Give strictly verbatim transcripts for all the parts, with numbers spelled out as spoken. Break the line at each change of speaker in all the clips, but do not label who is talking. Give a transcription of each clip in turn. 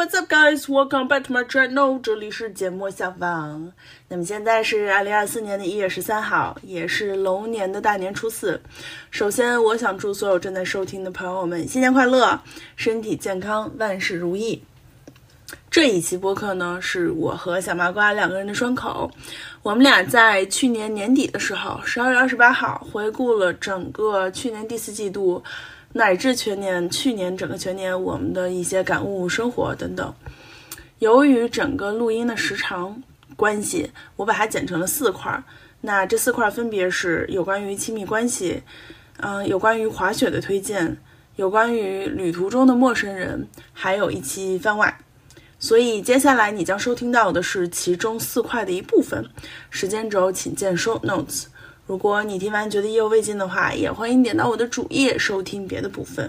what's up, guys? Welcome back to my channel. 这里是芥末小房。那么现在是二零二四年的一月十三号，也是龙年的大年初四。首先，我想祝所有正在收听的朋友们新年快乐，身体健康，万事如意。这一期播客呢，是我和小麻瓜两个人的双口。我们俩在去年年底的时候，十二月二十八号回顾了整个去年第四季度。乃至全年，去年整个全年我们的一些感悟、生活等等。由于整个录音的时长关系，我把它剪成了四块。那这四块分别是有关于亲密关系，嗯、呃，有关于滑雪的推荐，有关于旅途中的陌生人，还有一期番外。所以接下来你将收听到的是其中四块的一部分，时间轴请见 show notes。如果你听完觉得意犹未尽的话，也欢迎点到我的主页收听别的部分。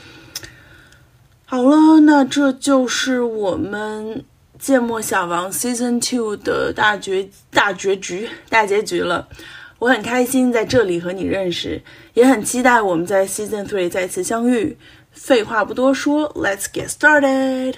好了，那这就是我们芥末小王 Season two 的大结大结局大结局了。我很开心在这里和你认识，也很期待我们在 Season three 再次相遇。废话不多说 ，Let's get started。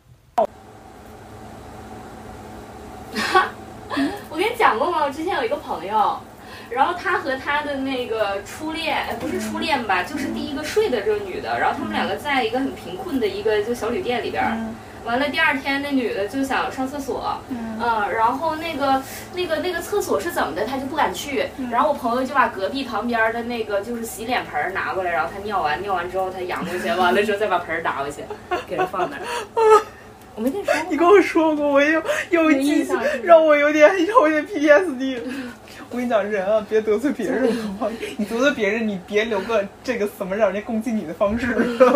我跟你讲过吗？我之前有一个朋友。然后他和他的那个初恋，不是初恋吧，就是第一个睡的这个女的，然后他们两个在一个很贫困的一个就小旅店里边，嗯、完了第二天那女的就想上厕所，嗯，呃、然后那个那个那个厕所是怎么的，她就不敢去，嗯、然后我朋友就把隔壁旁边的那个就是洗脸盆拿过来，然后她尿完尿完之后她扬过去，完了之后再把盆拿回去，给人放那儿。我没跟你说过，
你跟我说过，我有有一记让我有点让我有点 P T S D。我跟你讲，人啊，别得罪别人，好吗？你得罪别人，你别留个这个怎么让人家攻击你的方式。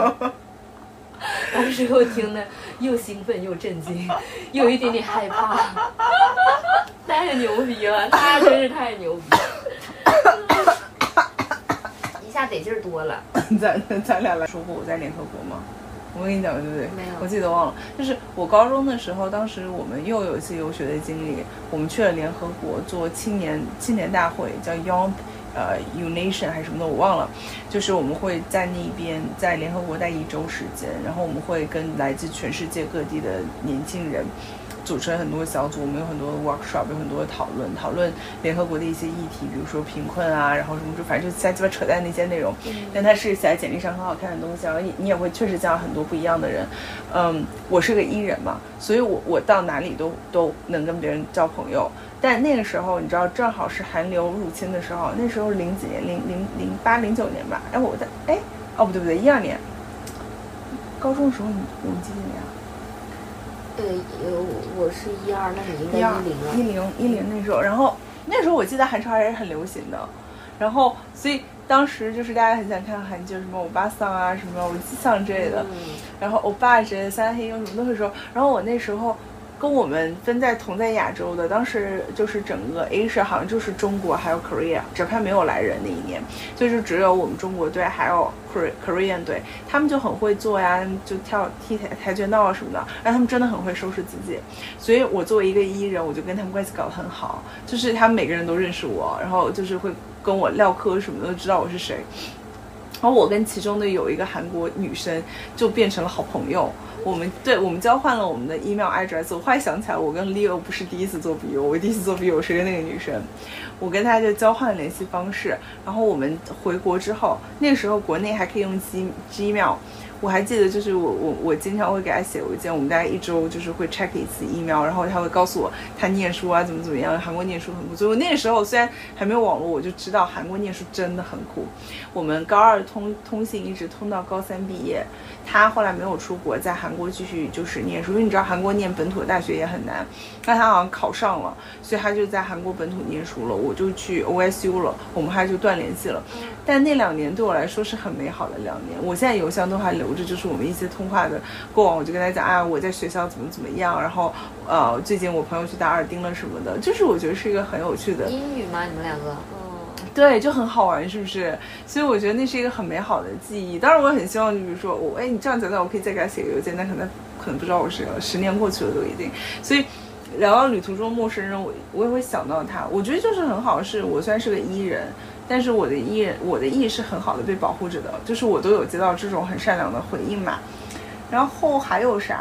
当时我听的又兴奋又震惊，又有一点点害怕，太牛逼了，他真是太牛逼了，一下得劲儿多了。
咱咱俩来说过我在联合国吗？我跟你讲，对不对？
没有，
我记得忘了。就是我高中的时候，当时我们又有一次游学的经历，我们去了联合国做青年青年大会，叫 Young 呃 U-Nation 还是什么的，我忘了。就是我们会在那边在联合国待一周时间，然后我们会跟来自全世界各地的年轻人组成很多小组，我们有很多 workshop， 有很多讨论，讨论联合国的一些议题，比如说贫困啊，然后什么就反正就瞎鸡巴扯淡那些内容。嗯、但它是写在简历上很好看的东西，然后你你也会确实见到很多不一样的人。嗯，我是个 E 人嘛，所以我我到哪里都都能跟别人交朋友。但那个时候你知道，正好是韩流入侵的时候，那时候零几年，零零零八零九年吧。哎，我在哎哦不对不对，一二年。高中的时候你我们几几年啊？
呃，我是一二，那你应该一零了。
一零一零那时候，然后那时候我记得韩潮还是很流行的，然后所以当时就是大家很想看韩剧，什么欧巴桑啊，什么欧吉桑之类的，嗯、然后欧巴之类的，三黑鹰什么都会说。然后我那时候跟我们分在同在亚洲的，当时就是整个 Asia 好像就是中国还有 Korea，Japan 没有来人那一年，就是只有我们中国队还有 Korean 队，他们就很会做呀，就跳踢跆跆拳道啊什么的，然后他们真的很会收拾自己，所以我作为一个艺人，我就跟他们关系搞得很好，就是他们每个人都认识我，然后就是会跟我唠嗑什么的，都知道我是谁。然后我跟其中的有一个韩国女生就变成了好朋友，我们对我们交换了我们的 email address。我后来想起来，我跟 Leo 不是第一次做笔友，我第一次做笔友是跟那个女生，我跟她就交换联系方式。然后我们回国之后，那个时候国内还可以用 G Gmail。我还记得，就是我我我经常会给他写邮件，我们大概一周就是会 check 一次 email， 然后他会告诉我他念书啊怎么怎么样，韩国念书很苦。所以我那个时候虽然还没有网络，我就知道韩国念书真的很苦。我们高二通通信一直通到高三毕业，他后来没有出国，在韩国继续就是念书，因为你知道韩国念本土大学也很难，但他好像考上了，所以他就在韩国本土念书了，我就去 O S U 了，我们还就断联系了。但那两年对我来说是很美好的两年，我现在邮箱都还留着，就是我们一些通话的过往，我就跟他讲啊，我在学校怎么怎么样，然后呃最近我朋友去打耳钉了什么的，就是我觉得是一个很有趣的。
英语吗？你们两个？
对，就很好玩，是不是？所以我觉得那是一个很美好的记忆。当然，我很希望，就比如说我，哎，你这样讲讲，我可以再给他写个邮件，但可能可能不知道我是十年过去了都已经。所以聊到旅途中陌生人，我我也会想到他。我觉得就是很好，是我虽然是个 E 人，但是我的 E 人，我的 E 是很好的被保护着的，就是我都有接到这种很善良的回应嘛。然后还有啥？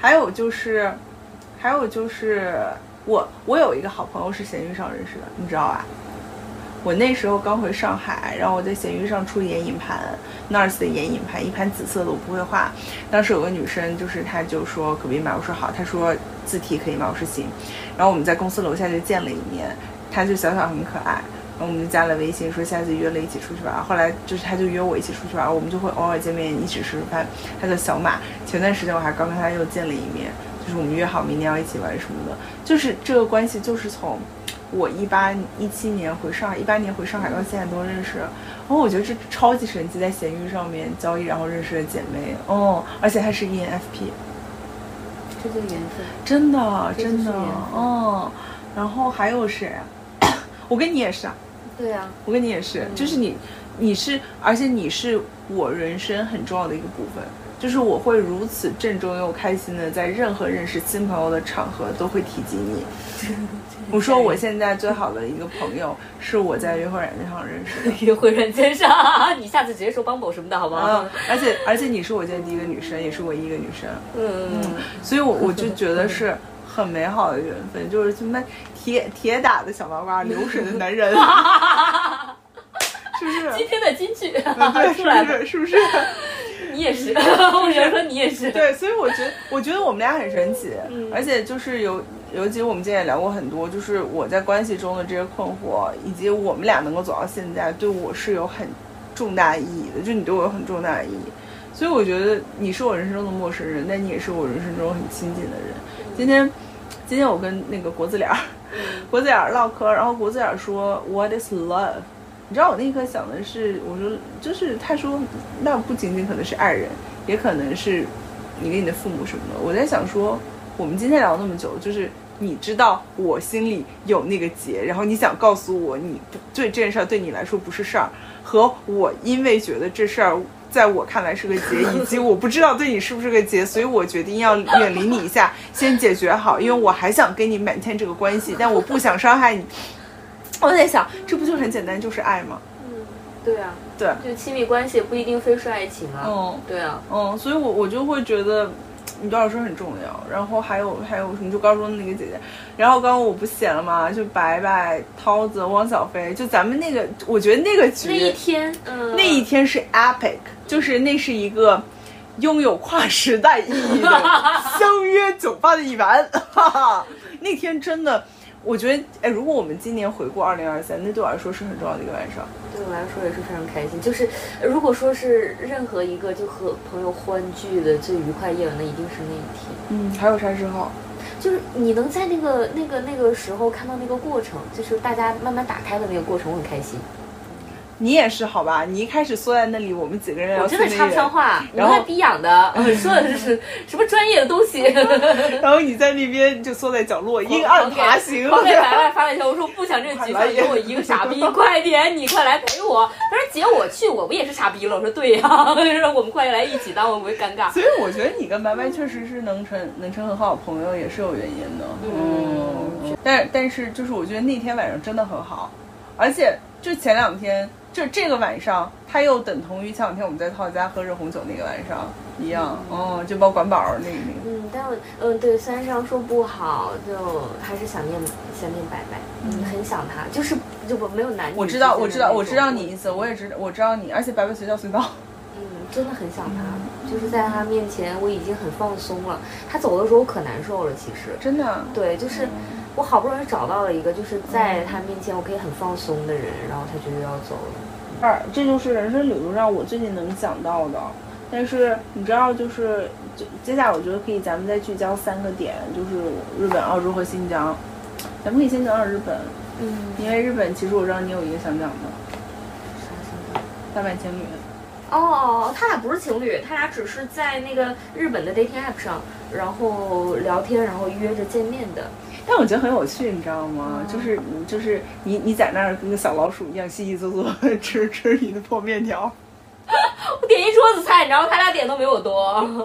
还有就是，还有就是我我有一个好朋友是闲鱼上认识的，你知道吧？我那时候刚回上海，然后我在闲鱼上出眼影盘 ，N A R S 的眼影盘，一盘紫色的我不会画。当时有个女生，就是她就说可不可以买，我说好，她说字体可以吗？我说行。然后我们在公司楼下就见了一面，她就小小很可爱，然后我们就加了微信，说下次约了一起出去玩。后来就是她就约我一起出去玩，我们就会偶尔见面，一起吃饭。她叫小马，前段时间我还刚跟她又见了一面，就是我们约好明年要一起玩什么的，就是这个关系就是从。我一八一七年回上海，一八年回上海到现在都认识，然后我觉得这超级神奇，在闲鱼上面交易，然后认识的姐妹，哦，而且还是 E N F P，
这就是缘分，
真的真的，哦，然后还有谁？我跟你也是啊，
对啊，
我跟你也是，嗯、就是你，你是，而且你是我人生很重要的一个部分。就是我会如此郑重又开心的，在任何认识新朋友的场合都会提及你。我说我现在最好的一个朋友是我在约会软件上认识的。
约会软件上，你下次直接说帮宝什么的好不好？
嗯，而且而且你是我见的第一个女生，也是唯一一个女生。
嗯嗯，
所以我我就觉得是很美好的缘分，就是什么铁铁打的小麻瓜，流水的男人。是不是？
今天的金句、
嗯、对，出来了，是不是？
你也是，我觉得你也是。
对，所以我觉得，我觉得我们俩很神奇，嗯、而且就是有，尤其我们之前也聊过很多，就是我在关系中的这些困惑，以及我们俩能够走到现在，对我是有很重大意义的，就你对我有很重大的意义。所以我觉得你是我人生中的陌生人，但你也是我人生中很亲近的人。今天，今天我跟那个国字脸儿，国字脸儿唠嗑，然后国字脸儿说 ，What is love？你知道我那一刻想的是，我说就是他说，那不仅仅可能是爱人，也可能是你跟你的父母什么的。我在想说，我们今天聊那么久，就是你知道我心里有那个结，然后你想告诉我，你对这件事儿对你来说不是事儿，和我因为觉得这事儿在我看来是个结，以及我不知道对你是不是个结，所以我决定要远离你一下，先解决好，因为我还想跟你 maintain 这个关系，但我不想伤害你。我在想，这不就很简单，就是爱吗？
嗯，对啊，
对，
就亲密关系不一定非是爱情啊。
嗯，
对啊，
嗯，所以我我就会觉得，你对我来说很重要。然后还有还有什么？就高中的那个姐姐，然后刚刚我不写了吗？就白白、涛子、汪小菲，就咱们那个，我觉得那个局
那一天，嗯，
那一天是 epic， 就是那是一个拥有跨时代意义的相约酒吧的一晚，哈哈，那天真的。我觉得，哎，如果我们今年回顾二零二三，那对我来说是很重要的一个晚上。
对我来说也是非常开心。就是如果说是任何一个就和朋友欢聚的最愉快夜晚，那一定是那一天。
嗯，还有啥时候？
就是你能在那个那个那个时候看到那个过程，就是大家慢慢打开的那个过程，我很开心。
你也是好吧？你一开始缩在那里，我们几个人聊，
我真的插不上话，
然后
逼养的，说的是什么专业的东西，
然后你在那边就缩在角落，阴暗爬行。
我给白白发了一条，我说不想这个局上有我一个傻逼，快点，你快来陪我。他说姐，我去，我不也是傻逼了？我说对呀、啊，说我们快来一起，当我不会尴尬。
所以我觉得你跟白白确实是能成能成很好的朋友，也是有原因的。嗯，但但是就是我觉得那天晚上真的很好，而且就前两天。就这个晚上，它又等同于前两天我们在套家喝热红酒那个晚上一样，哦、嗯，就包管饱那个那个。
嗯，但我嗯对，虽然这样说不好，就还是想念想念白白，嗯，很想他，就是就不没有男女。
我知道，我知道，我知道你意思，我也知道，我知道你，而且白白随叫随到。
嗯，真的很想他，嗯、就是在他面前我已经很放松了。他走的时候我可难受了，其实
真的。
对，就是。嗯我好不容易找到了一个，就是在他面前我可以很放松的人，然后他就又要走了。
二，这就是人生旅途上我最近能想到的。但是你知道，就是接下来我觉得可以，咱们再聚焦三个点，就是日本、澳洲和新疆。咱们可以先讲讲日本，
嗯，
因为日本其实我知道你有一个想讲的。
啥想讲？
大阪情侣。
哦，他俩不是情侣，他俩只是在那个日本的 dating app 上，然后聊天，然后约着见面的。
但我觉得很有趣，你知道吗？嗯、就是就是你你在那儿跟个小老鼠一样稀稀嗦嗦吃吃你的破面条。
我点一桌子菜，然后他俩点都没我多。我想说，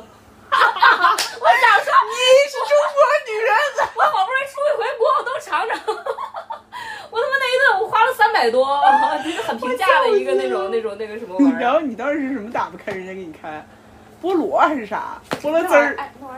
你是中国女人，
我好不容易出一回国，我都尝尝。我他妈那一顿我花了三百多，就是很平价的一个那种那种那个什么玩意儿。
然后你当时是什么打不开，人家给你开？菠萝还是啥？菠萝汁儿？
哎，那玩意儿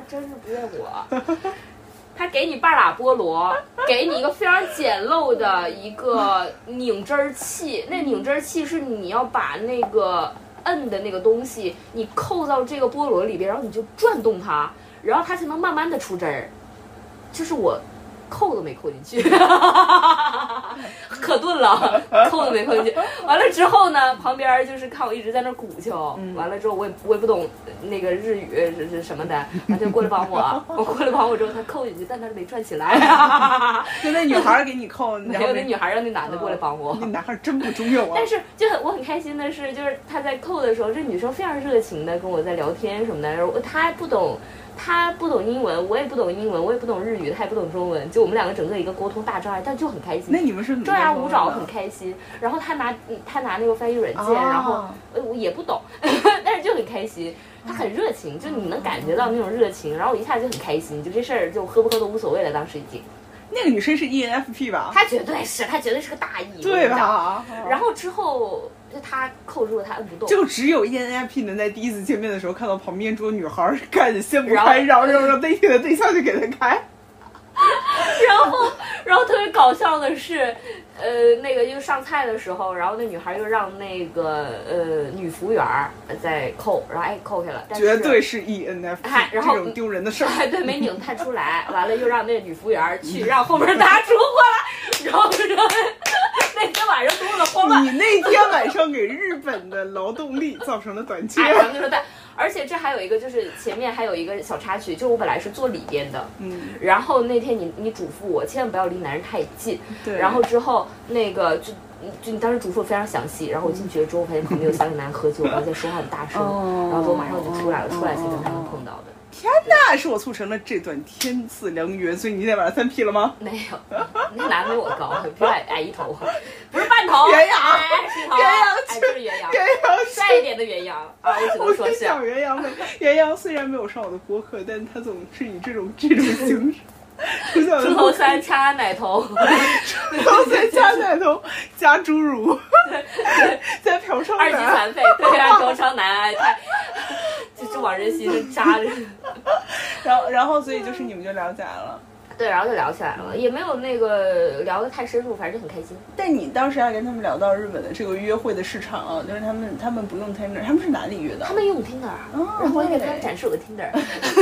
真是不怨我。他给你半拉菠萝，给你一个非常简陋的一个拧汁儿器，那拧汁儿器是你要把那个摁的那个东西，你扣到这个菠萝里边，然后你就转动它，然后它才能慢慢的出汁儿。就是我扣都没扣进去，可钝了，扣都没扣进去。完了之后呢，旁边就是看我一直在那鼓秋，嗯、完了之后我也我也不懂那个日语是是什么的，他就过来帮我，我过来帮我之后他扣进去，但他没转起来。
就那女孩给你扣，
没有那女孩让那男的过来帮我。
那男孩真不中用啊！
但是就很我很开心的是，就是他在扣的时候，这女生非常热情的跟我在聊天什么的，然后他不懂。他不懂英文，我也不懂英文，我也不懂日语，他也不懂中文，就我们两个整个一个沟通大障碍，但就很开心。
那你们是
转牙舞爪很开心，然后他拿他拿那个翻译软件，哦、然后呃我也不懂，但是就很开心。他很热情，就你能感觉到那种热情，然后我一下就很开心，就这事儿就喝不喝都无所谓了，当时已经。
那个女生是 E N F P 吧？
她绝对是，她绝对是个大 E，
对吧？
然后之后。就他扣住了，他摁不动。
就只有 E N F P 能在第一次见面的时候看到旁边桌女孩看着掀不开，然后让让 dating 的对象就给他开。
然后，然后特别搞笑的是，呃，那个就上菜的时候，然后那女孩又让那个呃女服务员在扣，然后哎扣开了，但是
绝对是 E N F P，
然后
这种丢人的事儿，
哎对，没拧太出来，完了又让那个女服务员去让后面拿出过来，然后然后那天晚上多了慌乱。
你那天晚上给日本的劳动力造成了短缺。
哎，咱们说对。而且这还有一个，就是前面还有一个小插曲，就是我本来是坐里边的，
嗯，
然后那天你你嘱咐我千万不要离男人太近，
对，
然后之后那个就就你当时嘱咐非常详细，然后我进去了之后发现旁边有三个男人喝酒，然后在说话很大声，哦、然后说马上我就出来了，出来才跟他们碰到的。
天哪，是我促成了这段天赐良缘，所以你那晚上三 P 了吗？
没有，那男的比我高，比我矮矮一头，不是半头，
鸳鸯，
是头，
鸳鸯，
哎，就是鸳鸯，
鸳鸯，
帅一点的鸳鸯啊，我只能说是。
我鸳鸯妹，鸳鸯虽然没有上我的播客，但他总是以这种这种形式。
猪头三掐奶头，
猪头三掐奶头加侏儒，再嫖娼
二级残废，对啊，嫖娼男，太就是往人心上扎着。
然后，然后，所以就是你们就聊起来了。
对，然后就聊起来了，也没有那个聊得太深入，反正就很开心。
但你当时要跟他们聊到日本的这个约会的市场啊，就是他们他们不用 Tinder， 他们是哪里约的？
他们用 Tinder，、哦、然后我也给他们展示我的 Tinder，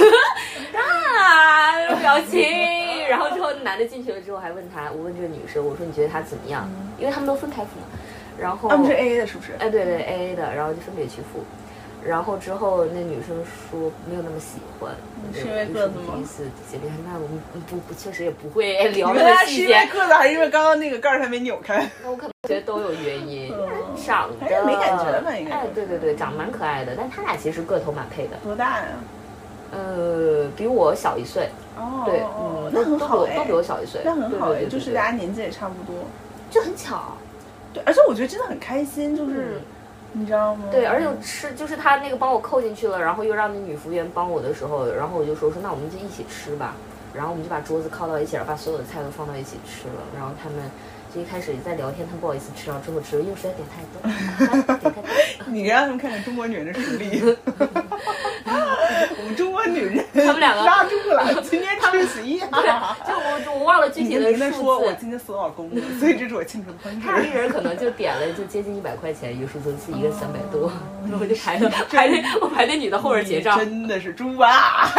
啊，表情。然后之后男的进去了之后还问他，我问这个女生，我说你觉得他怎么样？嗯、因为他们都分开付嘛。然后
他们是 A A 的，是不是？
哎，对对 A A 的，然后就分别去付。然后之后那女生说没有那么喜欢，
是因为个子吗？
第一次见面，那我们不不确实也不会聊那么细节。
是因为个子还是因为刚刚那个盖儿还没扭开？
那我可能觉得都有原因。嗯、长得
没感觉吧？应该。
哎，对对对，长得蛮可爱的，但他俩其实个头蛮配的。
多大呀？
呃，比我小一岁。
哦，
对，嗯，
那很好哎，
都比我小一岁，
那很好
哎，
就是大家年纪也差不多，
就很巧。
对，而且我觉得真的很开心，就是。嗯你知道吗？
对，而且吃就是他那个帮我扣进去了，然后又让那女服务员帮我的时候，然后我就说说那我们就一起吃吧，然后我们就把桌子靠到一起，然后把所有的菜都放到一起吃了，然后他们就一开始在聊天，他们不好意思吃，然后之后吃了又实在点太多，啊、点太多。
你让他们看看中国女人的实力。我们中国女人，
他们两个
拉住了，今天吃席啊！
就我我忘了具体的数字。
说我今天死老公了，所以这是我庆祝的方式。
他一人可能就点了就接近一百块钱一个数字，是一个三百多，然后我就排着排那我排那女的后边结账，
真的是猪啊！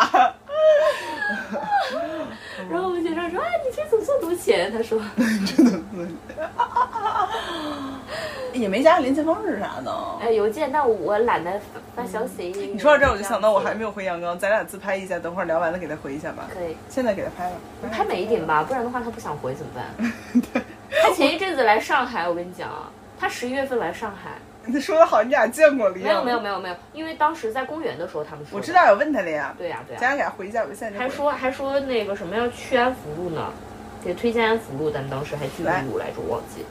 然后我们结账说啊，你这怎么这么多钱？他说
真的。也没加联系方式啥的，
哎，邮件，但我懒得发消息。
你说到这儿，我就想到我还没有回阳刚，咱俩自拍一下，等会儿聊完了给他回一下吧。
可以，
现在给他拍了。
你拍美一点吧，不然的话他不想回怎么办？他前一阵子来上海，我跟你讲，他十一月份来上海。
你说的好，你俩见过了一样。
没有没有没有没有，因为当时在公园的时候他们说。
我知道有问他的呀。
对呀对呀。
咱俩给他回一下，我现在
还说还说那个什么要去安福路呢，给推荐安福路，但当时还记不住来着，忘记。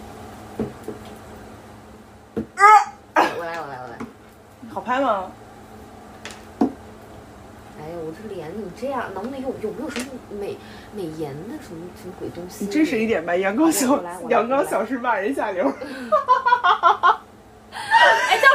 我来我来我来，
好拍吗？
哎呀，我这脸怎么这样？能不能有有没有什么美美颜的什么什么鬼东西？
你真实一点吧，阳刚小阳刚小事骂人下流。
哎，叫什么骂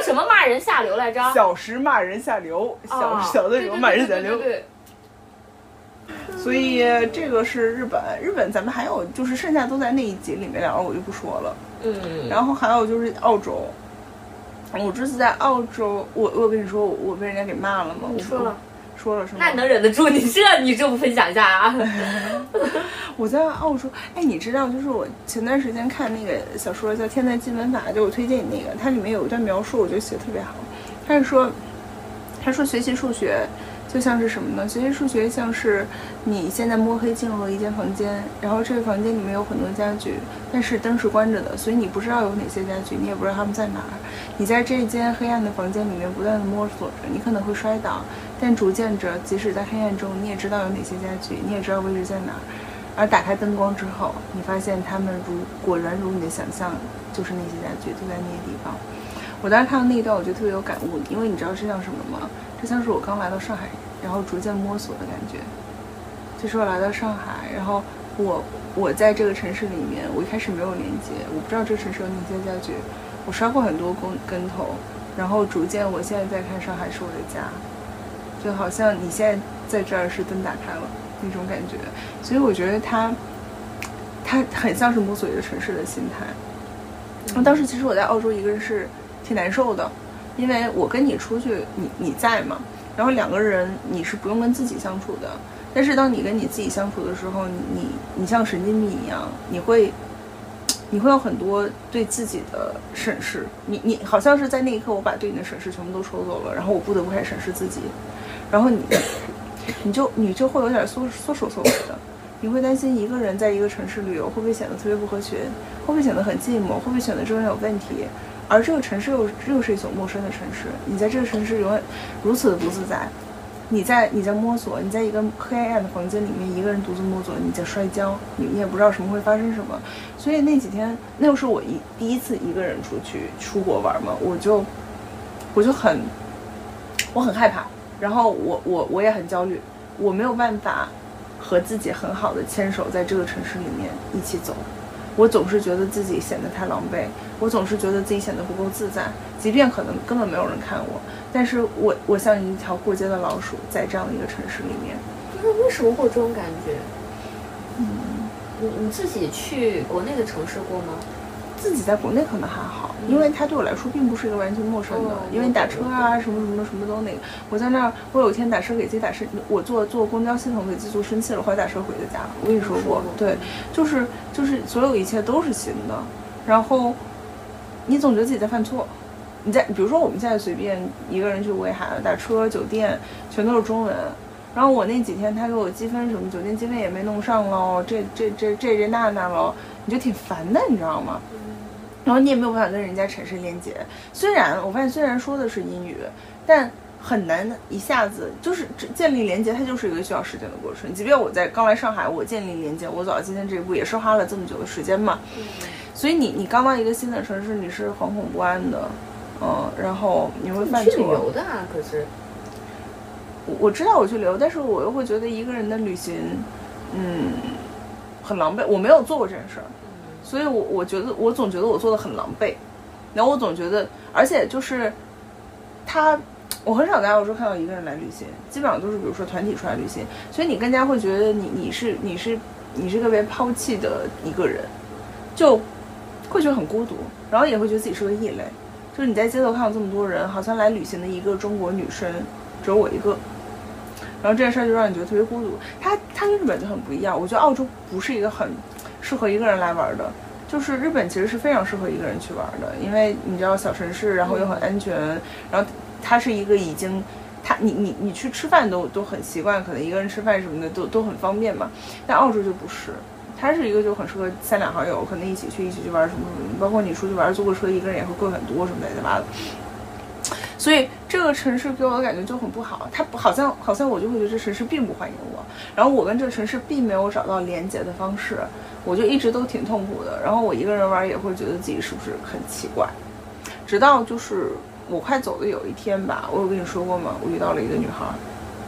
骂人下流来着。
小时骂人下流，小、哦、小的时候骂人下流。
对对对对对
对。所以这个是日本，日本咱们还有就是剩下都在那一集里面，两个我就不说了。
嗯。
然后还有就是澳洲，我这次在澳洲，我我跟你说我我被人家给骂了吗？
你说了。
说了是吗？
那能忍得住？你这你这不分享一下啊？
我在澳洲，哎，你知道，就是我前段时间看那个小说叫《天才基本法》，就我推荐你那个，它里面有一段描述，我觉得写得特别好。他是说，他说学习数学就像是什么呢？学习数学像是你现在摸黑进入了一间房间，然后这个房间里面有很多家具，但是灯是关着的，所以你不知道有哪些家具，你也不知道他们在哪儿。你在这间黑暗的房间里面不断的摸索着，你可能会摔倒，但逐渐着，即使在黑暗中，你也知道有哪些家具，你也知道位置在哪儿。而打开灯光之后，你发现他们如果然如你的想象，就是那些家具都在那些地方。我当时看到那一段，我觉得特别有感悟，因为你知道这像什么吗？这像是我刚来到上海，然后逐渐摸索的感觉。就是我来到上海，然后我我在这个城市里面，我一开始没有连接，我不知道这个城市有哪些家具，我摔过很多跟跟头，然后逐渐我现在在看上海是我的家，就好像你现在在这儿是灯打开了那种感觉，所以我觉得它它很像是摸索一个城市的心态。然后当时其实我在澳洲一个人是挺难受的，因为我跟你出去，你你在嘛，然后两个人你是不用跟自己相处的，但是当你跟你自己相处的时候，你你像神经病一样，你会你会有很多对自己的审视，你你好像是在那一刻我把对你的审视全部都抽走了，然后我不得不开始审视自己，然后你你就你就会有点缩缩手缩尾的，你会担心一个人在一个城市旅游会不会显得特别不合群，会不会显得很寂寞，会不会显得这个人有问题，而这个城市又又是一所陌生的城市，你在这个城市永远如此的不自在，你在你在摸索，你在一个黑暗的房间里面一个人独自摸索，你在摔跤，你你也不知道什么会发生什么，所以那几天那又是我一第一次一个人出去出国玩嘛，我就我就很我很害怕，然后我我我也很焦虑，我没有办法和自己很好的牵手在这个城市里面一起走，我总是觉得自己显得太狼狈，我总是觉得自己显得不够自在，即便可能根本没有人看我，但是我我像一条过街的老鼠在这样的一个城市里面。
那为什么会有这种感觉？嗯，你你自己去国内的城市过吗？
自己在国内可能还好，因为它对我来说并不是一个完全陌生的，
嗯、
因为打车啊什么什么什么都那个。我在那儿，我有一天打车给自己打车，我坐坐公交系统给自己坐生气了，后来打车回的家。我跟你说过，对，就是就是所有一切都是新的，然后你总觉得自己在犯错。你在比如说我们现在随便一个人去威海打车、酒店全都是中文。然后我那几天他给我积分什么酒店积分也没弄上喽，这这这这这那那喽，你就挺烦的，你知道吗？然后你也没有办法跟人家产生连接，虽然我发现虽然说的是英语，但很难一下子就是建立连接，它就是一个需要时间的过程。即便我在刚来上海，我建立连接，我走到今天这一步也是花了这么久的时间嘛。所以你你刚到一个新的城市，你是惶恐不安的，嗯，然后你会犯错。
去旅游的啊，可是
我我知道我去旅游，但是我又会觉得一个人的旅行，嗯，很狼狈。我没有做过这件事儿。所以我我觉得我总觉得我做的很狼狈，然后我总觉得，而且就是他，我很少在澳洲看到一个人来旅行，基本上都是比如说团体出来旅行，所以你更加会觉得你你是你是你是个被抛弃的一个人，就会觉得很孤独，然后也会觉得自己是个异类，就是你在街头看到这么多人，好像来旅行的一个中国女生只有我一个，然后这件事就让你觉得特别孤独。它它跟日本就很不一样，我觉得澳洲不是一个很适合一个人来玩的，就是日本其实是非常适合一个人去玩的，因为你知道小城市，然后又很安全，然后它是一个已经，它你你你去吃饭都都很习惯，可能一个人吃饭什么的都都很方便嘛。但澳洲就不是，它是一个就很适合三两好友可能一起去一起去玩什么什么，包括你出去玩坐个车一个人也会贵很多什么的吧的。所以这个城市给我的感觉就很不好，它好像好像我就会觉得这城市并不欢迎我，然后我跟这个城市并没有找到连接的方式，我就一直都挺痛苦的。然后我一个人玩也会觉得自己是不是很奇怪，直到就是我快走的有一天吧，我有跟你说过吗？我遇到了一个女孩，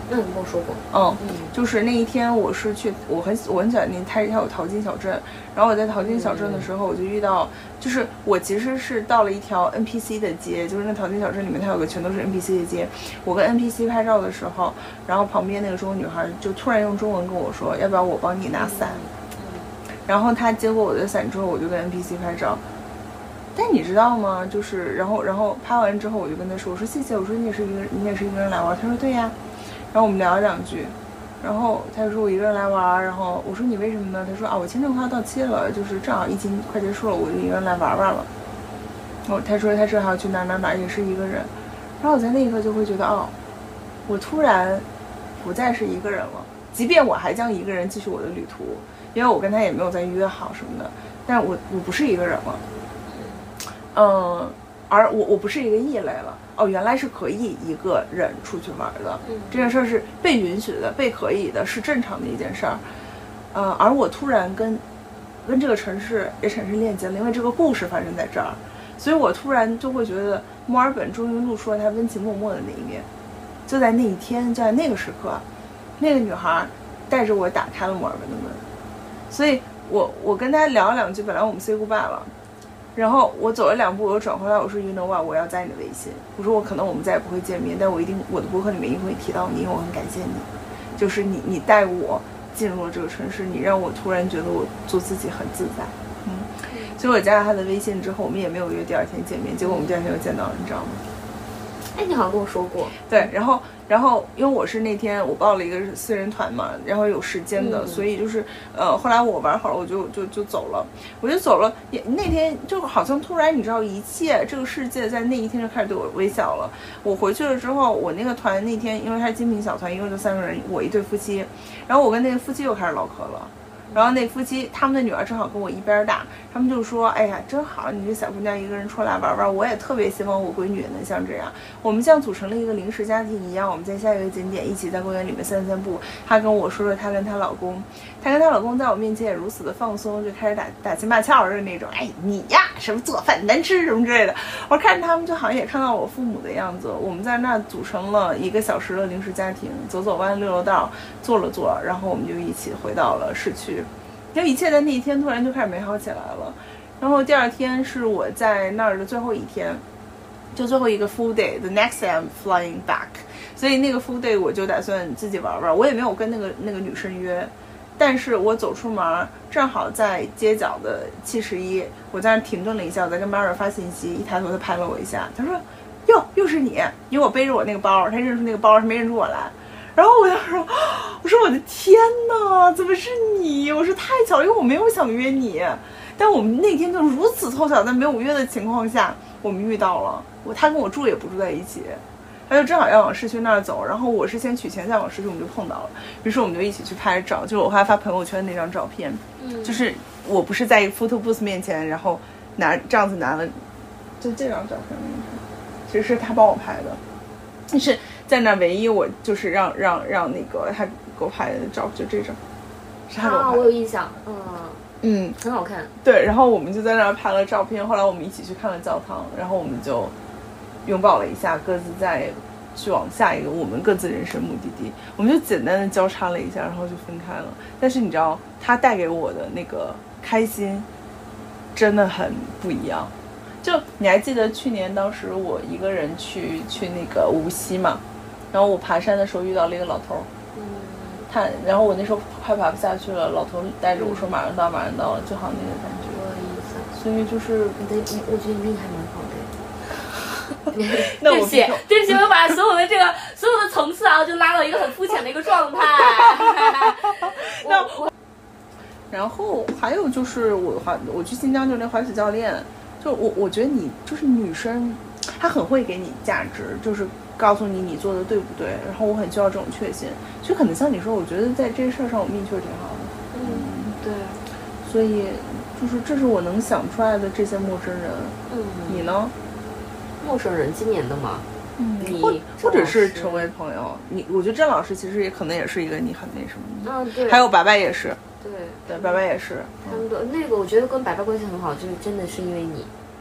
那你跟我说过。
嗯，嗯就是那一天我是去，我很我很喜欢那它它有淘金小镇，然后我在淘金小镇的时候，我就遇到，就是我其实是到了一条 N P C 的街，就是那淘金小镇里面它有个全都是 N P C 的街，我跟 N P C 拍照的时候，然后旁边那个中国女孩就突然用中文跟我说，要不要我帮你拿伞？然后她接过我的伞之后，我就跟 N P C 拍照。但你知道吗？就是，然后，然后拍完之后，我就跟他说：“我说谢谢，我说你也是一个，你也是一个人来玩。”他说：“对呀。”然后我们聊了两句，然后他就说：“我一个人来玩。”然后我说：“你为什么呢？”他说：“啊，我签证快要到期了，就是正好疫情快结束了，我就一个人来玩玩了。”然后他说他正好要去哪哪哪，也是一个人。然后我在那一刻就会觉得，哦，我突然不再是一个人了。即便我还将一个人继续我的旅途，因为我跟他也没有再约好什么的，但我我不是一个人了。嗯，而我我不是一个异类了哦，原来是可以一个人出去玩的，嗯、这件事是被允许的，被可以的，是正常的一件事儿。呃，而我突然跟跟这个城市也产生链接了，因为这个故事发生在这儿，所以我突然就会觉得墨尔本终于露出了它温情脉脉的那一面。就在那一天，就在那个时刻，那个女孩带着我打开了墨尔本的门，所以我我跟她聊了两句，本来我们 say goodbye 了。然后我走了两步，我又转回来，我说 you know what， 我要加你的微信。我说我可能我们再也不会见面，但我一定我的博客里面一定会提到你，因为我很感谢你，就是你你带我进入了这个城市，你让我突然觉得我做自己很自在。嗯，所以我加了他的微信之后，我们也没有约第二天见面，结果我们第二天又见到了，你知道吗？
哎，你好像跟我说过。
对，然后然后因为我是那天我报了一个私人团嘛，然后有时间的，嗯、所以就是呃后来我玩好了，我就就就走了，我就走了。也那天就好像突然你知道，一切这个世界在那一天就开始对我微笑了。我回去了之后，我那个团那天因为它是精品小团，一共就三个人，我一对夫妻，然后我跟那个夫妻又开始唠嗑了。然后那夫妻他们的女儿正好跟我一边大，他们就说，哎呀真好，你这小姑娘一个人出来玩玩，我也特别希望我闺女也能像这样，我们像组成了一个临时家庭一样，我们在下一个景点一起在公园里面散散步。她跟我说说她跟她老公，她跟她老公在我面前也如此的放松，就开始打打情骂俏的那种，哎你呀什么做饭难吃什么之类的。我看着他们就好像也看到我父母的样子，我们在那组成了一个小时的临时家庭，走走弯溜溜道，坐了坐，然后我们就一起回到了市区。因为一切在那一天突然就开始美好起来了。然后第二天是我在那儿的最后一天，就最后一个 full day， the next day I'm flying back， 所以那个 full day 我就打算自己玩玩，我也没有跟那个那个女生约，但是我走出门正好在街角的七十一，我在那停顿了一下，我在跟 Mara 发信息，一抬头他拍了我一下，他说哟又是你，因为我背着我那个包，他认出那个包，他没认出我来。然后我就说，我说我的天哪，怎么是你？我说太巧了，因为我没有想约你，但我们那天就如此凑巧，在没有约的情况下，我们遇到了。我他跟我住也不住在一起，他就正好要往市区那儿走，然后我是先取钱再往市区，我们就碰到了。于是我们就一起去拍照，就是我后来发朋友圈那张照片，嗯，就是我不是在一个 photo booth 面前，然后拿这样子拿了，就这张照片，其实是他帮我拍的，但是。在那唯一我就是让让让那个他给我拍的照，就这张，是他给我拍的。
啊，我有印象，嗯
嗯，
很好看。
对，然后我们就在那拍了照片，后来我们一起去看了教堂，然后我们就拥抱了一下，各自再去往下一个我们各自人生目的地，我们就简单的交叉了一下，然后就分开了。但是你知道，他带给我的那个开心，真的很不一样。就你还记得去年当时我一个人去去那个无锡嘛？然后我爬山的时候遇到了一个老头，嗯，他，然后我那时候快爬不下去了，老头带着我说马上到，马上到了，就好那个感觉。
有意思。
所以就是
你的，你我觉得你命还蛮好的。
那我
对不起，对不起，我把所有的这个所有的层次啊，就拉到一个很肤浅的一个状态。
那我，然后还有就是我滑，我去新疆就那滑雪教练，就我我觉得你就是女生，她很会给你价值，就是。告诉你你做的对不对，然后我很需要这种确信，就可能像你说，我觉得在这事儿上我命确实挺好的。
嗯，对。
所以就是这是我能想出来的这些陌生人。
嗯，
你呢？
陌生人，今年的吗？
嗯，
你
或或者是成为朋友。你我觉得郑老师其实也可能也是一个你很那什么的。
嗯，对。
还有白白也是。
对
对，白白也是。
他们都那个，我觉得跟白白关系很好，就是真的是因为你。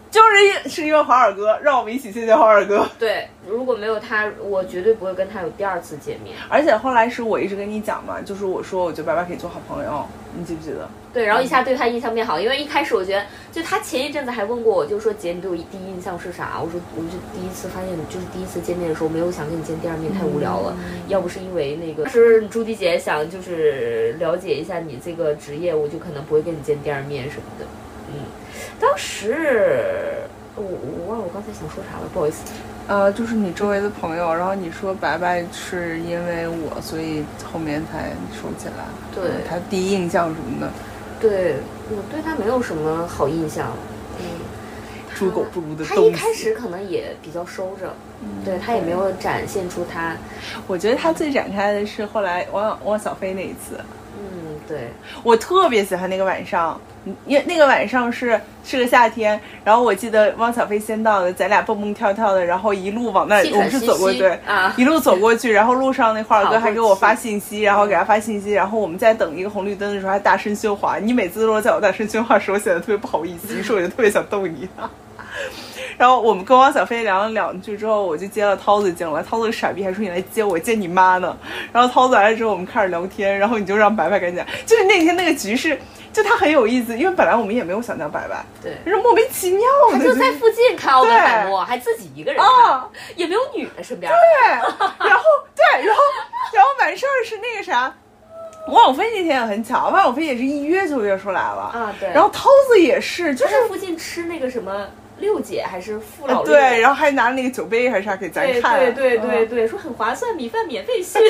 就是是因为华尔哥让我们一起见见华尔哥。
对，如果没有他，我绝对不会跟他有第二次见面。
而且后来是我一直跟你讲嘛，就是我说我觉得白白可以做好朋友，你记不记得？
对，然后一下对他印象变好，因为一开始我觉得，就他前一阵子还问过我，就说姐，你对我第一印象是啥？我说，我就第一次发现，就是第一次见面的时候，没有想跟你见第二面，太无聊了。嗯、要不是因为那个，当时朱迪姐想就是了解一下你这个职业，我就可能不会跟你见第二面什么的。嗯，当时我我忘了我刚才想说啥了，不好意思。
呃，就是你周围的朋友，然后你说白白是因为我，所以后面才说起来。
对，
嗯、他第一印象什么的。
对，我对他没有什么好印象。嗯，
猪狗不如的东西。
他一开始可能也比较收着，嗯、对他也没有展现出他。
我觉得他最展开的是后来汪汪小菲那一次。
嗯，对，
我特别喜欢那个晚上。因为那个晚上是是个夏天，然后我记得汪小菲先到的，咱俩蹦蹦跳跳的，然后一路往那儿，我们是走过对
啊，
一路走过去，然后路上那华尔哥还给我发信息，然后给他发信息，然后我们在等一个红绿灯的时候还大声喧哗，你每次都是在我大声喧哗的时候显得特别不好意思，于是我就特别想逗你。然后我们跟汪小菲聊了两句之后，我就接了涛子进来，涛子傻逼还说你来接我，接你妈呢。然后涛子来了之后，我们开始聊天，然后你就让白白跟你讲，就是那天那个局势。就他很有意思，因为本来我们也没有想叫白白，
对，
就是莫名其妙的，
他就在附近看奥本海默，还自己一个人看，哦、也没有女的身边。
对，然后对，然后然后完事儿是那个啥，汪小菲那天也很巧，汪小菲也是一约就约出来了
啊，对。
然后涛子也是，就是
在附近吃那个什么六姐还是父老六、
啊，对，然后还拿那个酒杯还是啥给咱看，
对对对对对，嗯、说很划算，米饭免费续。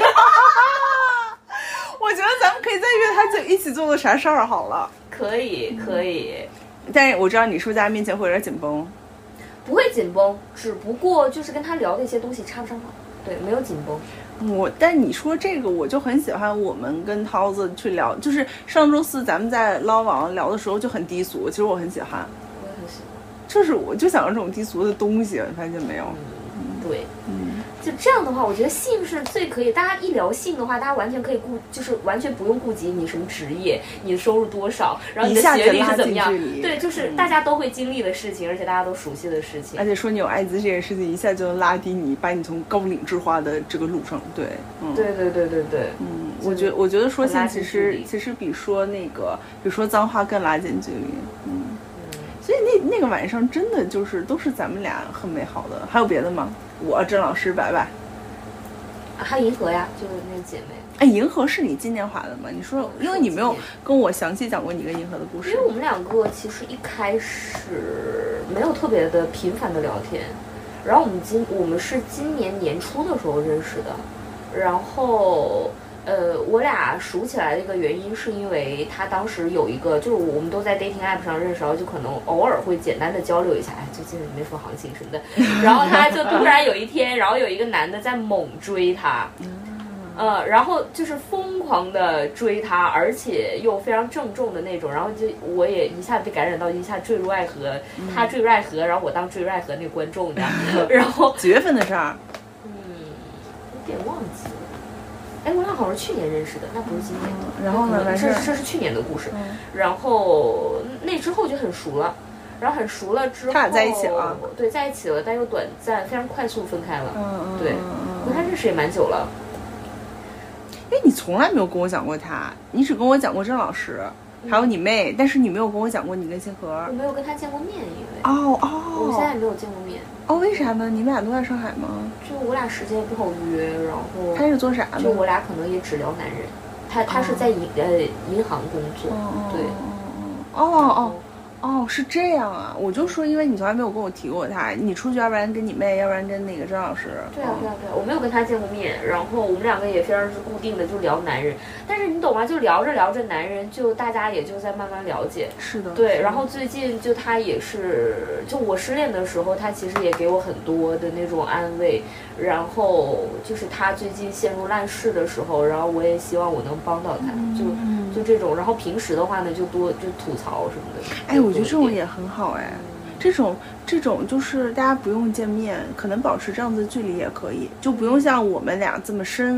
我觉得咱们可以再约他一起做做啥事儿好了。
可以可以、
嗯，但是我知道你是不是在他面前会有点紧绷？
不会紧绷，只不过就是跟他聊的一些东西插不上话，对，没有紧绷。
我但你说这个，我就很喜欢我们跟涛子去聊，就是上周四咱们在捞网聊的时候就很低俗，其实我很喜欢。
我也很喜欢。
就是我就想要这种低俗的东西，你发现没有？
嗯，对，嗯。就这样的话，我觉得性是最可以。大家一聊性的话，大家完全可以顾，就是完全不用顾及你什么职业，你的收入多少，然后你的学历是怎么样。对，就是大家都会经历的事情，嗯、而且大家都熟悉的事情。
而且说你有艾滋这件事情，一下就能拉低你，把你从高龄之花的这个路上，对，
嗯，对对对对对，
嗯，我觉我觉得说性其实其实比说那个，比如说脏话更拉近距离，嗯。所以那那个晚上真的就是都是咱们俩很美好的。还有别的吗？我郑老师白白，
啊，还有银河呀，就是那姐妹。
哎，银河是你今年划的吗？你说，因为你没有跟我详细讲过你跟银河的故事。
因为我们两个其实一开始没有特别的频繁的聊天，然后我们今我们是今年年初的时候认识的，然后。呃，我俩熟起来的一个原因是因为他当时有一个，就是我们都在 dating app 上认识，然后就可能偶尔会简单的交流一下，哎，最近没什么行情什么的。然后他就突然有一天，然后有一个男的在猛追他，呃，然后就是疯狂的追他，而且又非常郑重的那种，然后就我也一下被感染到，一下坠入爱河，嗯、他坠入爱河，然后我当坠入爱河那个观众，你知道，然后
几月份的事儿？
嗯，有点忘记了。哎，我俩好像是去年认识的，那不是今年。
嗯、然后呢？
这这是去年的故事。嗯、然后那之后就很熟了，然后很熟了之后，
他俩在一起了。
对，在一起了，但又短暂，非常快速分开了。
嗯嗯。
对，和他认识也蛮久了。
哎，你从来没有跟我讲过他，你只跟我讲过郑老师，嗯、还有你妹，但是你没有跟我讲过你跟星河。
我没有跟他见过面，因为
哦哦，
我们现在也没有见过面。
哦，为啥呢？你们俩都在上海吗？
就我俩时间也不好约，然后
他是做啥的？
就我俩可能也只聊男人，他他是在银、哦、呃银行工作，
哦、
对，
哦哦哦，是这样啊！我就说，因为你从来没有跟我提过他，你出去要不然跟你妹，要不然跟那个张老师。
对啊对啊对啊，我没有跟他见过面，然后我们两个也非常是固定的就聊男人，但是你懂吗？就聊着聊着男人，就大家也就在慢慢了解。
是的。
对，然后最近就他也是，就我失恋的时候，他其实也给我很多的那种安慰，然后就是他最近陷入烂事的时候，然后我也希望我能帮到他，就。就这种，然后平时的话呢，就多就吐槽什么的。
哎，我觉得这种也很好哎，这种这种就是大家不用见面，可能保持这样子的距离也可以，就不用像我们俩这么深。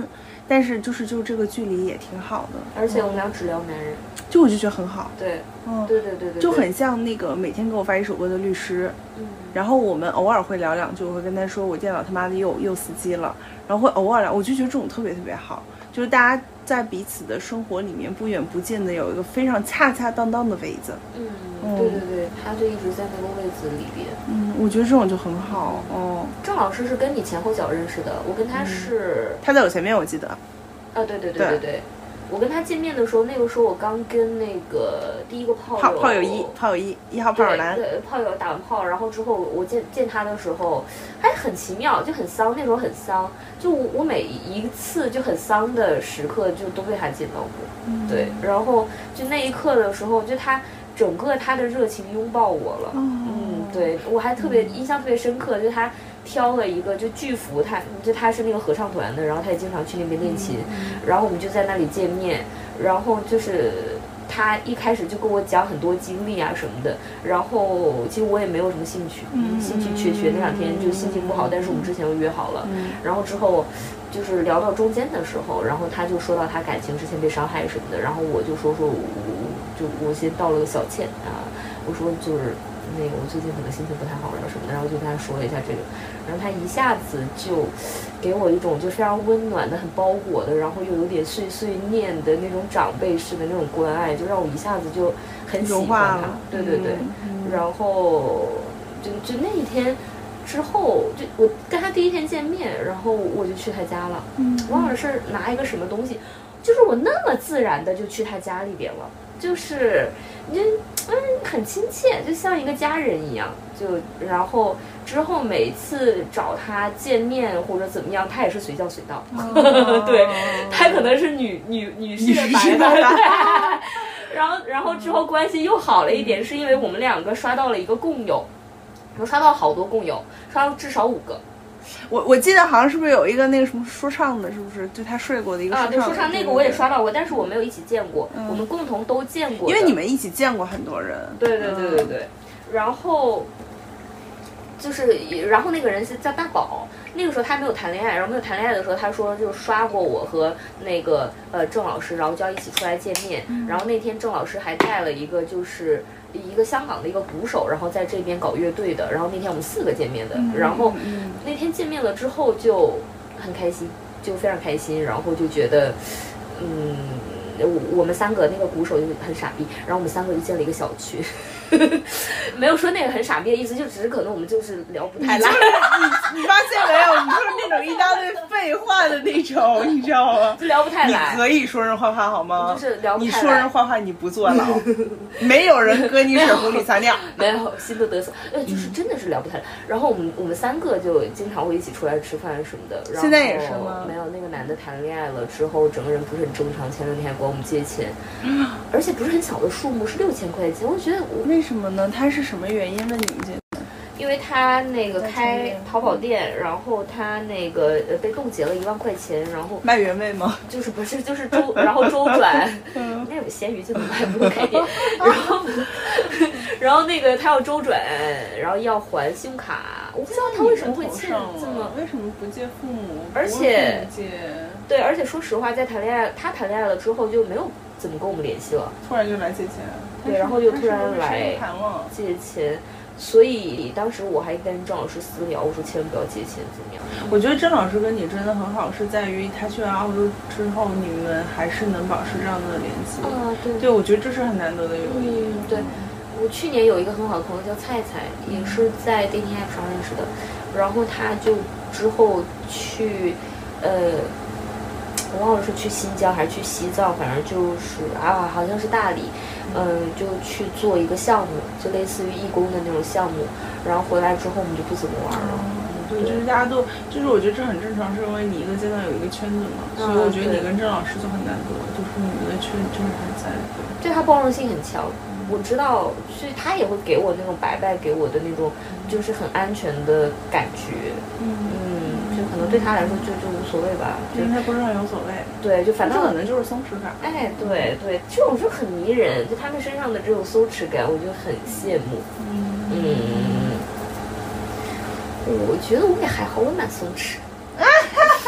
但是就是就这个距离也挺好的，
而且我们俩只聊男人，
就我就觉得很好。
对，
嗯，
对对对对，
就很像那个每天给我发一首歌的律师。嗯，然后我们偶尔会聊两句，我会跟他说我电脑他妈的又又死机了，然后会偶尔聊，我就觉得这种特别特别好，就是大家在彼此的生活里面不远不近的有一个非常恰恰当当的位子。
嗯，嗯对对对，他就一直在那个位子里边。
嗯，我觉得这种就很好。哦、嗯，
郑老师是跟你前后脚认识的，我跟他是、
嗯、他在我前面，我记得。
啊，对对对对 对, 对，我跟他见面的时候，那个时候我刚跟那个第一个炮友
炮炮友一炮友一一号炮友男，
对炮友打完炮，然后之后我见见他的时候，还很奇妙，就很丧，那时候很丧，就我我每一次就很丧的时刻就都被他见到过，嗯、对，然后就那一刻的时候，就他整个他的热情拥抱我了，嗯，嗯对我还特别印象特别深刻，就他。挑了一个就巨幅，他就他是那个合唱团的，然后他也经常去那边练琴，嗯、然后我们就在那里见面，然后就是他一开始就跟我讲很多经历啊什么的，然后其实我也没有什么兴趣，嗯、兴趣缺缺，那两天就心情不好，但是我们之前又约好了，嗯、然后之后就是聊到中间的时候，然后他就说到他感情之前被伤害什么的，然后我就说说我就我先道了个小歉啊，我说就是那个我最近可能心情不太好了什么的，然后就跟他说了一下这个。然后他一下子就给我一种就非常温暖的、很包裹的，然后又有点碎碎念的那种长辈式的那种关爱，就让我一下子就很喜欢他。对对对，嗯、然后就就那一天之后，就我跟他第一天见面，然后我就去他家了。嗯，忘了是拿一个什么东西，就是我那么自然的就去他家里边了，就是你嗯很亲切，就像一个家人一样。就然后之后每次找他见面或者怎么样，他也是随叫随到。哦、对，他可能是女女女士的白的。然后然后之后关系又好了一点，是因为我们两个刷到了一个共友，我刷到好多共友，刷到至少五个。
我我记得好像是不是有一个那个什么说唱的，是不是就他睡过的一个说唱的？
啊，对，说唱那个我也刷到过，但是我没有一起见过，嗯、我们共同都见过。
因为你们一起见过很多人。
对对对对对，嗯、然后。就是，然后那个人是叫大宝，那个时候他没有谈恋爱，然后没有谈恋爱的时候，他说就刷过我和那个呃郑老师，然后就要一起出来见面。嗯、然后那天郑老师还带了一个就是一个香港的一个鼓手，然后在这边搞乐队的。然后那天我们四个见面的，嗯、然后那天见面了之后就很开心，就非常开心，然后就觉得，嗯，我我们三个那个鼓手就很傻逼，然后我们三个就建了一个小区。没有说那个很傻逼的意思，就只是可能我们就是聊不太来。
你你发现没有？你就是那种一大堆废话的那种，你知道吗？
就聊不太来。
你可以说人坏话好吗？
就是聊不太来。
你说人坏话你不坐牢，没有人搁你水壶里撒尿。
没有，心不得死。呃，就是真的是聊不太来。然后我们我们三个就经常会一起出来吃饭什么的。然后
现在也是吗？
没有，那个男的谈恋爱了之后，整个人不是很正常。前两天还管我们借钱，而且不是很小的数目，是六千块钱。我觉得我。
为什么呢？他是什么原因问你借的？
因为他那个开淘宝店，然后他那个呃被冻结了一万块钱，然后
卖原味吗？
就是不是就是周，然后周转，那有闲鱼就能卖，不用开店。然后然后那个他要周转，然后要还信用卡，我不知道他为什么会欠这么，
为什么不借父母？
而且对，而且说实话，在谈恋爱，他谈恋爱了之后就没有怎么跟我们联系了，
突然就来借钱。
对，然后就突然来借钱，所以当时我还跟郑老师私聊，我说千万不要借钱，怎么样？
我觉得郑老师跟你真的很好，是在于他去完澳洲之后，你们还是能保持这样的联系。
啊，对，
对，我觉得这是很难得的友谊。
嗯，对，我去年有一个很好的朋友叫菜菜，也是在 dating app 上认识的，然后他就之后去，呃。我忘了是去新疆还是去西藏，反正就是啊，好像是大理，嗯，就去做一个项目，就类似于义工的那种项目。然后回来之后，我们就不怎么玩了。
嗯、对，就是大家都，就是我觉得这很正常，是因为你一个阶段有一个圈子嘛，所以我觉得你跟郑老师就很难得，就是你们的圈真的还在。
对，他包容性很强。我知道，所以他也会给我那种白白给我的那种，就是很安全的感觉。嗯嗯，就可能对他来说就就无所谓吧，
因为他不是很有所谓。
对，就反正
可能就是松弛感。
哎，对对，这种就很迷人，就他们身上的这种松弛感，我就很羡慕。嗯嗯，我觉得我也还好，我蛮松弛。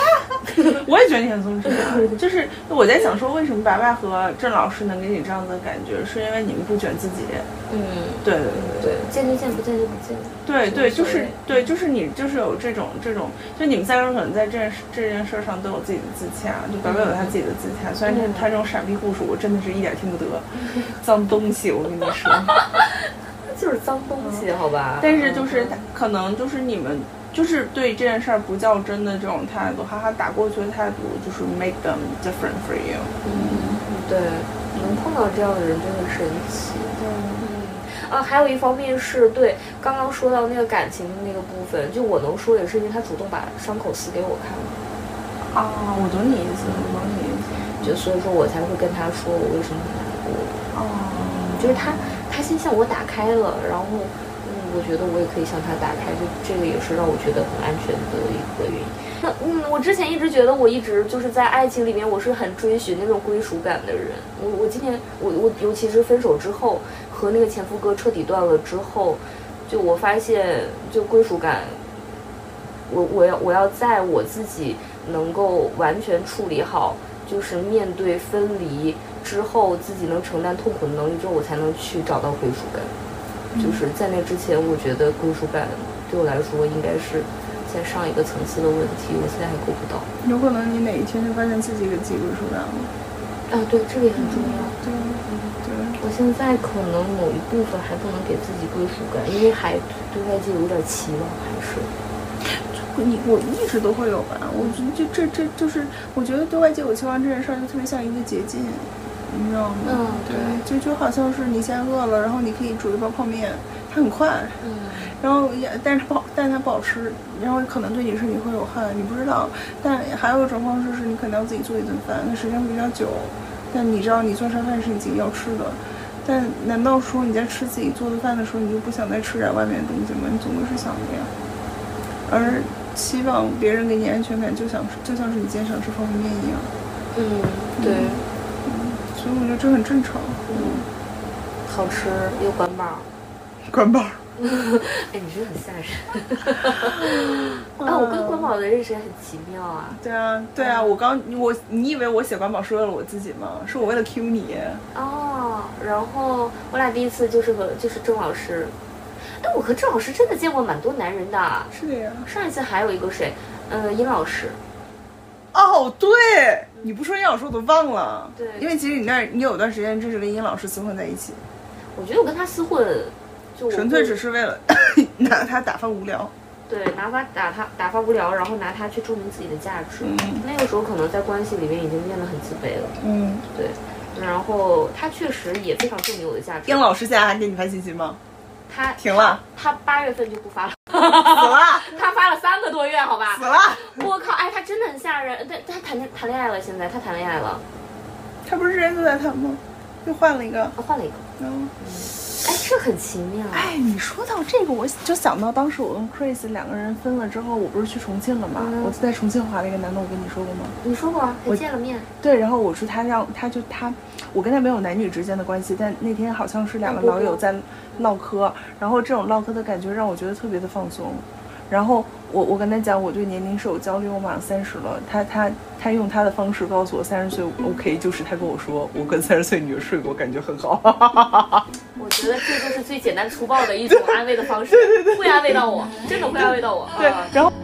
我也觉得你很松弛啊，就是我在想说，为什么白白和郑老师能给你这样子的感觉，是因为你们不卷自己。
嗯，
对对对对，
见就见，不见就不见。
对对，就是对，就是你就是有这种这种，就你们三个人可能在这件这件事上都有自己的自洽，就白白有他自己的自洽，虽然他他这种傻逼故事，我真的是一点听不得，脏东西，我跟你说，
就是脏东西，好吧？
但是就是可能就是你们。就是对这件事儿不较真的这种态度，哈哈打过去的态度，就是 make them different for you。
嗯，对，能碰到这样的人真的神奇。嗯嗯啊，还有一方面是对刚刚说到那个感情的那个部分，就我能说也是因为他主动把伤口撕给我看了。
啊，我懂你意思，我懂你意思。
就所以说我才会跟他说我为什么很难过。
哦，
就是他他先向我打开了，然后。我觉得我也可以向他打开，就这个也是让我觉得很安全的一个原因。那嗯，我之前一直觉得我一直就是在爱情里面，我是很追寻那种归属感的人。我我今天我我尤其是分手之后，和那个前夫哥彻底断了之后，就我发现就归属感，我我要我要在我自己能够完全处理好，就是面对分离之后自己能承担痛苦的能力之后，我才能去找到归属感。就是在那之前，我觉得归属感对我来说应该是在上一个层次的问题，我现在还够不到。
有可能你哪一天就发现自己给自己归属感了。
啊，对，这个也很重要。
嗯、对，对。
我现在可能某一部分还不能给自己归属感，因为还对外界有点期望，还是。
你我一直都会有吧，我觉得就这这就是，我觉得对外界有期望这件事儿就特别像一个捷径。你知道吗？
嗯，
对，就就好像是你现在饿了，然后你可以煮一包泡面，它很快，
嗯，
然后也，但是它不好，但是它不好吃，然后可能对你身体会有害，你不知道。但还有一种方式是你可能要自己做一顿饭，那时间会比较久，但你知道你做上饭是你自己要吃的，但难道说你在吃自己做的饭的时候，你就不想再吃点外面的东西吗？你总归是想的呀。而期望别人给你安全感，就像是就像是你今天想吃方便面一样。
嗯，对。
所以我觉得这很正常。
嗯，好吃又管饱。
管饱。
哎，你真的很吓人。啊，我跟管饱的认识也很奇妙啊。
对啊，对啊，我刚我你以为我写管饱是为了我自己吗？是我为了 Q 你。
哦，然后我俩第一次就是和就是郑老师，哎，我和郑老师真的见过蛮多男人的。
是的呀。
上一次还有一个谁，呃，殷老师。
哦，对，你不说殷老师我都忘了。
对，
因为其实你那你有段时间真是跟殷老师厮混在一起。
我觉得我跟他厮混，就
纯粹只是为了拿他打发无聊。
对，拿他打他打发无聊，然后拿他去证明自己的价值。
嗯，
那个时候可能在关系里面已经变得很自卑了。
嗯，
对。然后他确实也非常证明我的价值。
殷老师现在还给你发信息吗？
他
停了，
他八月份就不发了，
死了，
他发了三个多月，好吧，
死了，
我靠，哎，他真的很吓人，但他谈谈恋爱了，现在他谈恋爱了，
他不是之前都在谈吗？又换了一个，
哦、换了一个，
嗯，
哎，这很奇妙。
哎，你说到这个，我就想到当时我跟 Chris 两个人分了之后，我不是去重庆了吗？嗯、我在重庆划了一个男的，我跟你说过吗？
你说过啊，还见了面。
对，然后我说他让他就他，我跟他没有男女之间的关系，但那天好像是两个老友在唠嗑，然后这种唠嗑的感觉让我觉得特别的放松。然后我我跟他讲我对年龄是有焦虑，我马上三十了，他他他用他的方式告诉我三十岁 OK， 就是他跟我说我跟三十岁女人睡过，感觉很好。
我觉得这就是最简单粗暴的一种安慰的方式，
对对对，
会安慰到我，真的会安慰到我。
对，
啊、
然后。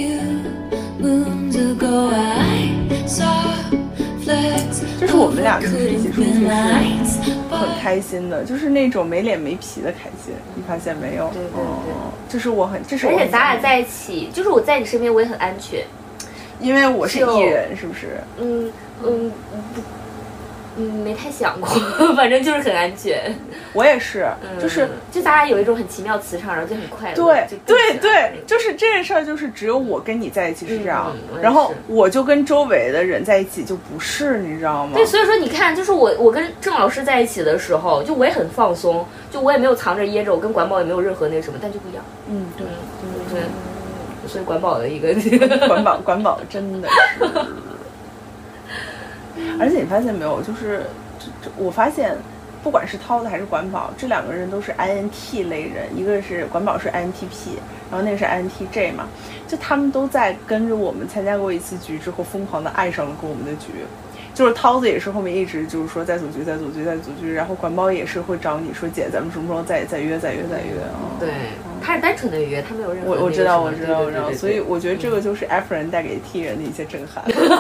就是我们俩就是一起出去是很开心的，就是那种没脸没皮的开心，你发现没有？
对对对，
哦、这是我很，这是我
而且咱俩在一起，就是我在你身边我也很安全，
因为我是艺人，是不是？
嗯嗯不。嗯，没太想过，反正就是很安全。
我也是，
嗯、
就是
就咱俩有一种很奇妙磁场，然后就很快乐。
对
就
对对，就是这件事儿，就是只有我跟你在一起是这样，
嗯、
然后我就跟周围的人在一起就不是，你知道吗？
对，所以说你看，就是我我跟郑老师在一起的时候，就我也很放松，就我也没有藏着掖着，我跟管宝也没有任何那什么，但就不一样。
嗯，对
对对对，所以管宝的一个
管宝管宝真的是，而且你发现没有，就是。我发现不管是涛子还是管宝，这两个人都是 I N T 类人，一个是管宝是 I N T P， 然后那个是 I N T J 嘛，就他们都在跟着我们参加过一次局之后，疯狂的爱上了跟我们的局。就是涛子也是后面一直就是说在组局在组局在组局，然后管宝也是会找你说姐咱们什么时候再再约再约再约啊。
对，他是单纯的约，他没有任何。
我我知道我知道我知道，所以我觉得这个就是 F 人带给 T 人的一些震撼。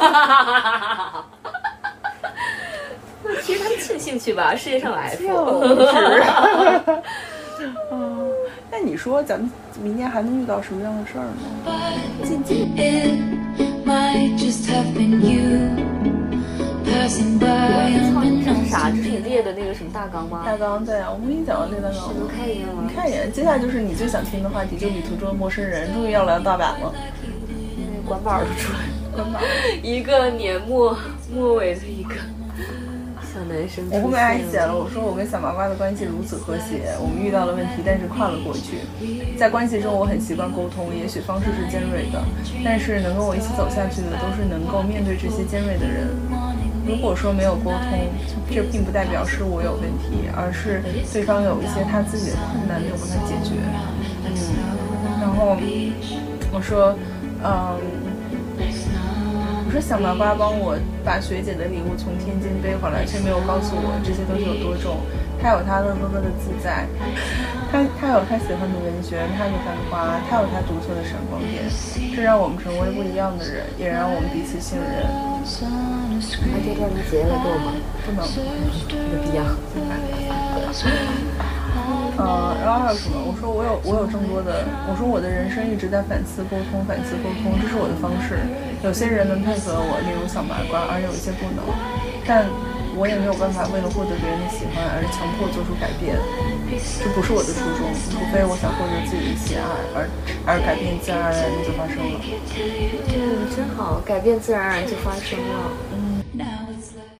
其实他们庆幸去吧，世界上有 F。
嗯，那你说咱们明年还能遇到什么样的事儿呢？近近。
这是啥？这是你列的那个什么大纲吗？
大纲对啊，我们已经讲到列大纲了。
都看一眼了。
你看一眼，接下来就是你最想听的话题，就旅途中的陌生人，终于要聊大阪了。
嗯，管宝都出来了，
管宝，
一个年末末尾的一个小男生。
我后面还写了，我说我跟小麻瓜的关系如此和谐，我们遇到了问题，但是跨了过去。在关系中，我很习惯沟通，也许方式是尖锐的，但是能跟我一起走下去的，都是能够面对这些尖锐的人。如果说没有沟通，这并不代表是我有问题，而是对方有一些他自己的困难没有办法解决。嗯，然后我说，嗯，我说小麻瓜帮我把学姐的礼物从天津背回来，却没有告诉我这些东西有多重。他有他乐呵呵的自在，他他有他喜欢的文学，他的繁华，他有他独特的闪光点，这让我们成为不一样的人，也让我们彼此信任。
那这段能截了够吗？
不能，
没必要。
呃，然后还有什么？我说我有我有这么多的，我说我的人生一直在反思沟通，反思沟通，这是我的方式。有些人能配合我，例如小麻瓜，而有一些不能，但我也没有办法为了获得别人的喜欢而强迫做出改变，这不是我的初衷。除非我想获得自己的喜爱，而而改变自然而然的就发生了。
嗯，真好，改变自然而然就发生了。
嗯。